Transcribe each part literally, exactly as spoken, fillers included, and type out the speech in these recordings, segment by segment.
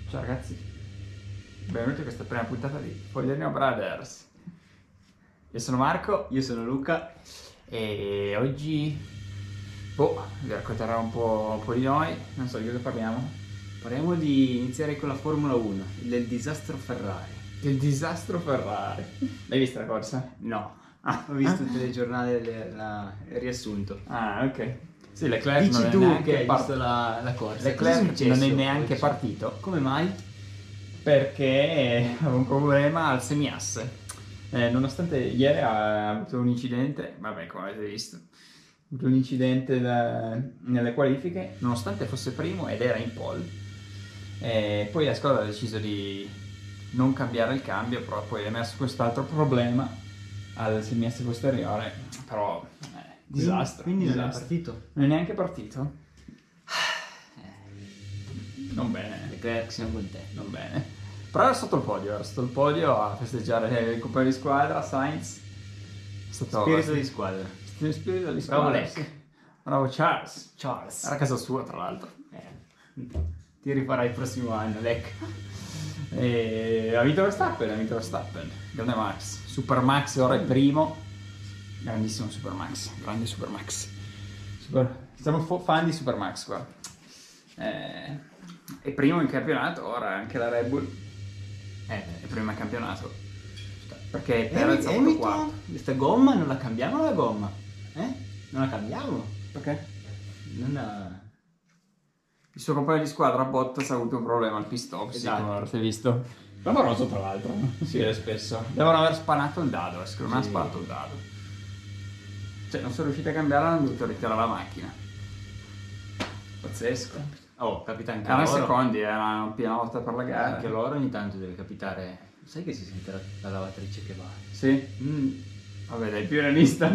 Ciao ragazzi, benvenuti a questa prima puntata di Fogliolino Brothers. Io sono Marco, Io sono Luca e oggi boh, vi racconterò un po', un po' di noi, non so di cosa parliamo. Parliamo di iniziare con la Formula uno, del disastro Ferrari. Il disastro Ferrari. L'hai vista la corsa? No, ho visto il telegiornale e la- il riassunto. Ah, ok. Sì, Leclerc Dici non è tu neanche che hai par- visto la, la corsa. Cosa è Leclerc successo non è neanche oggi? partito Come mai? perché aveva un problema al semiasse. Eh, nonostante ieri ha avuto un incidente, vabbè, come avete visto, ha avuto un incidente da- nelle qualifiche, nonostante fosse primo ed era in pole. Eh, poi la squadra ha deciso di non cambiare il cambio, però poi è emerso quest'altro problema al semiasse posteriore, però eh, disastro. Quindi non è disastro. partito. Non è neanche partito? Non bene. Leclerc, siamo con te. Non bene. Però era sotto il podio, era sotto il podio a festeggiare il compagno di squadra, Sainz. È stato Spirito di squadra. spirito di Bravo squadra. Lec. Sì. Bravo Charles. Charles. Era a casa sua, tra l'altro. Eh, ti rifarai il prossimo anno, Lec. E ha vinto Verstappen, ha vinto Verstappen. Grande Max. Super Max ora è primo. Grandissimo Super Max. Grande Super Max. Super... Siamo fo- fan di Super Max qua. Eh, è primo in campionato, ora anche la Red Bull. Eh, è prima in campionato. Perché Perez ha avuto quarto. Hamilton, questa gomma non la cambiamo la gomma? Eh? Non la cambiamo? Perché? Non ha... Il suo compagno di squadra Bottas ha avuto un problema al pit stop, sì, Esatto. come avrete visto. Clamoroso tra l'altro, si vede spesso. Devono aver spanato il dado, eh, secondo me Sì. ha sparato il dado. Cioè, non sono riusciti a cambiare, hanno dovuto ritirare la macchina. Pazzesco. Oh, capita anche Erano loro. secondi, era una piena volta per la gara. Anche loro ogni tanto deve capitare. Sai che si sente la, la lavatrice che va? Sì? Mm. Vabbè, dai, più realista.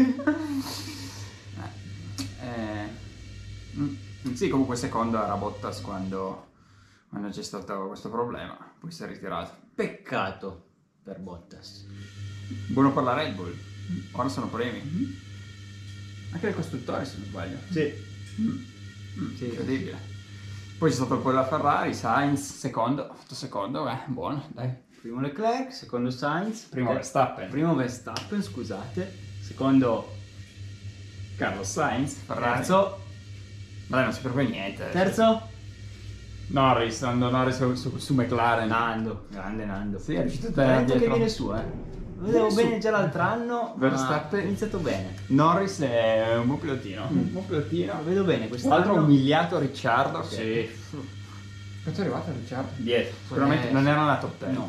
eh, mm, sì, comunque secondo era Bottas quando, quando c'è stato questo problema, poi si è ritirato. Peccato per Bottas. Buono per la Red Bull, ora sono premi. Anche i costruttori, se non sbaglio. Sì. Mm, Sì. incredibile. Poi c'è stato il pole della Ferrari, Sainz secondo, ha fatto secondo, beh, buono, dai. Primo Leclerc, secondo Sainz. Primo ter- Verstappen. Primo Verstappen, scusate. Secondo Carlos Sainz, Ferrari. Terzo. Ma dai, non si per niente. Terzo. Norris, andando Norris su, su, su McLaren. Nando. Grande Nando. Sì, è riuscito a Ho tenere detto che dietro. viene su, eh. Lo vedevo Viene su. bene già l'altro anno. ma Verstappen. Ha iniziato bene. Norris è un buon pilotino. Un buon Lo pilotino. vedo bene Tra quest'anno. l'altro ha umiliato Ricciardo. Che... Sì. Quanto è arrivato Ricciardo? Dietro. Sicuramente Eh, non era una top dieci. No.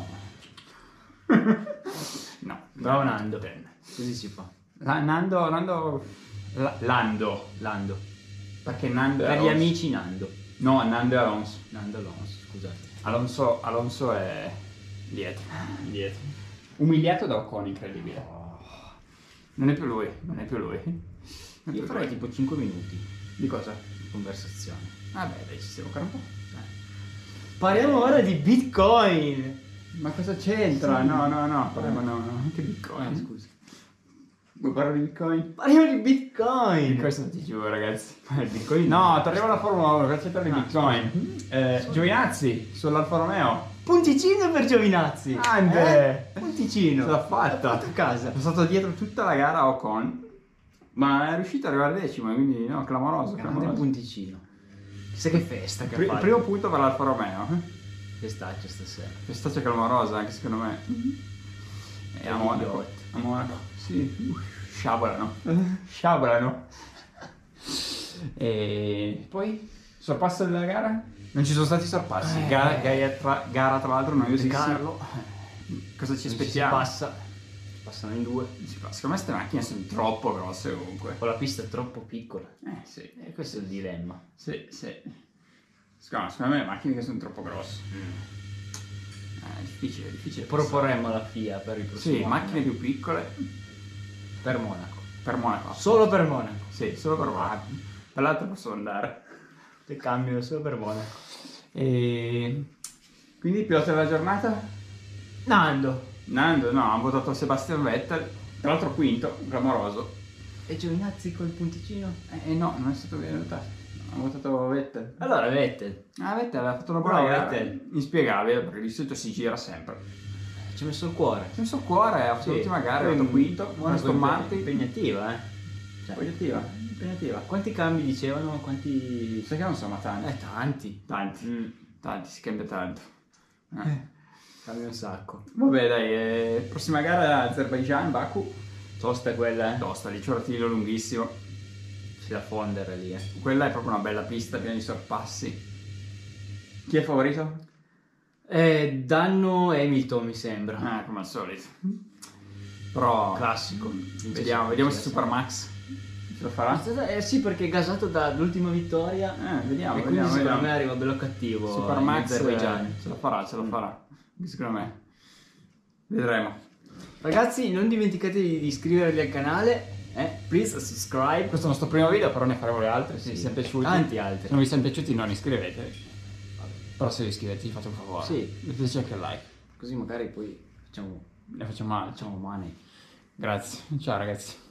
No. Bravo Nando. Ten. Così si fa. La- Nando, Nando, La- Lando. Lando. Perché Nando è Per gli Alonso. amici Nando. No, Nando è Alonso. Nando Alonso, scusate. Alonso, Alonso è dietro. Dietro. Umiliato da Ocon, incredibile. Non è più lui, non è più lui. Non è Io più farei lui. tipo cinque minuti Di cosa? di conversazione. Vabbè, dai, ci stiamo ancora un po'. Parliamo ora di Bitcoin. Ma cosa c'entra? Sì. No, no, no, parliamo no, no, anche Bitcoin. scusa. Vuoi parlare di Bitcoin? Parliamo di Bitcoin. Questo ti giuro, ragazzi. Il Bitcoin. No, torniamo alla Formula uno, per accettare di Ah, Bitcoin. Eh, Giovinazzi, sull'Alfa Romeo. Punticino per Giovinazzi. Ande. Eh? Punticino. Ce l'ha fatta. L'ha fatto a casa. È stato dietro tutta la gara a Ocon, ma è riuscito ad arrivare decimo, quindi no, clamoroso, Grande clamoroso. punticino. Chissà che festa che Pri- ha fatto. primo punto per l'Alfa Romeo. Festaccia stasera. Festaccia clamorosa, anche secondo me. E a Monaco. Idiot. A Monaco. Sì. Sciabolano. Sciabolano. E poi, sorpasso della gara? Non ci sono stati sorpassi. Eh. Gara, gara, tra, gara tra l'altro noiosissima. Carlo. Cosa ci Non aspettiamo? Si passa. Passano in due. Si fa- Secondo me queste macchine sono troppo grosse comunque. O la pista è troppo piccola. Eh sì. E questo è il dilemma. Sì, sì. Secondo, secondo me le macchine che sono troppo grosse. Eh, è difficile, è difficile. Proporremmo la F I A per il prossimo Sì, anno. macchine più piccole per Monaco. per Monaco. Solo per Monaco. Sì, solo per Monaco. Per l'altro posso andare. Le cambio solo per Monaco. E quindi pilota della giornata? Nando. Nando, no, ha votato Sebastian Vettel. Tra l'altro quinto, clamoroso. E Giovinazzi col punticino? Eh no, non è stato bene votato. Ho votato Vettel. Allora, Vettel. Ah, Vettel ha fatto una buona Bravo, gara. Vettel. Inspiegabile, perché di solito si gira sempre. Ci ha messo il cuore. Ci ha messo il cuore, ha fatto Sì. l'ultima gara, è Poi- arrivato quinto. Buona poi Aston Martin. Impegnativa, eh. Cioè, Impegnativa, impegnativa. Quanti cambi dicevano? Quanti... Sai che non sono ma tanti. Eh, tanti. Tanti, Mm. tanti, si cambia tanto. Eh. Cambi un sacco. Vabbè dai, eh, prossima gara Azerbaijan, Baku. Tosta quella, eh. Tosta, lì c'è un ratillo lunghissimo. Si da fondere lì, eh. Quella è proprio una bella pista, piena di sorpassi. Chi è favorito? Eh, danno Hamilton, mi sembra. Ah, come al solito. Però... Classico. Vediamo, vediamo se Supermax ce lo farà. Eh sì, perché è gasato dall'ultima vittoria. Eh, vediamo, e quindi vediamo, secondo vediamo. me arriva bello cattivo. Supermax in Azerbaijan. eh, ce lo farà, ce lo farà. Secondo me. Vedremo. Ragazzi, non dimenticatevi di iscrivervi al canale. Eh, please subscribe. Questo è il nostro primo video, però ne faremo le altre. Se Sì, vi siamo piaciuti. tanti Se altri. non vi siamo piaciuti, non iscrivetevi. Però se vi iscrivete, vi fate un favore. Sì. Mettete anche il like. Così magari poi facciamo, Ne facciamo altro. facciamo money. Grazie. Ciao ragazzi.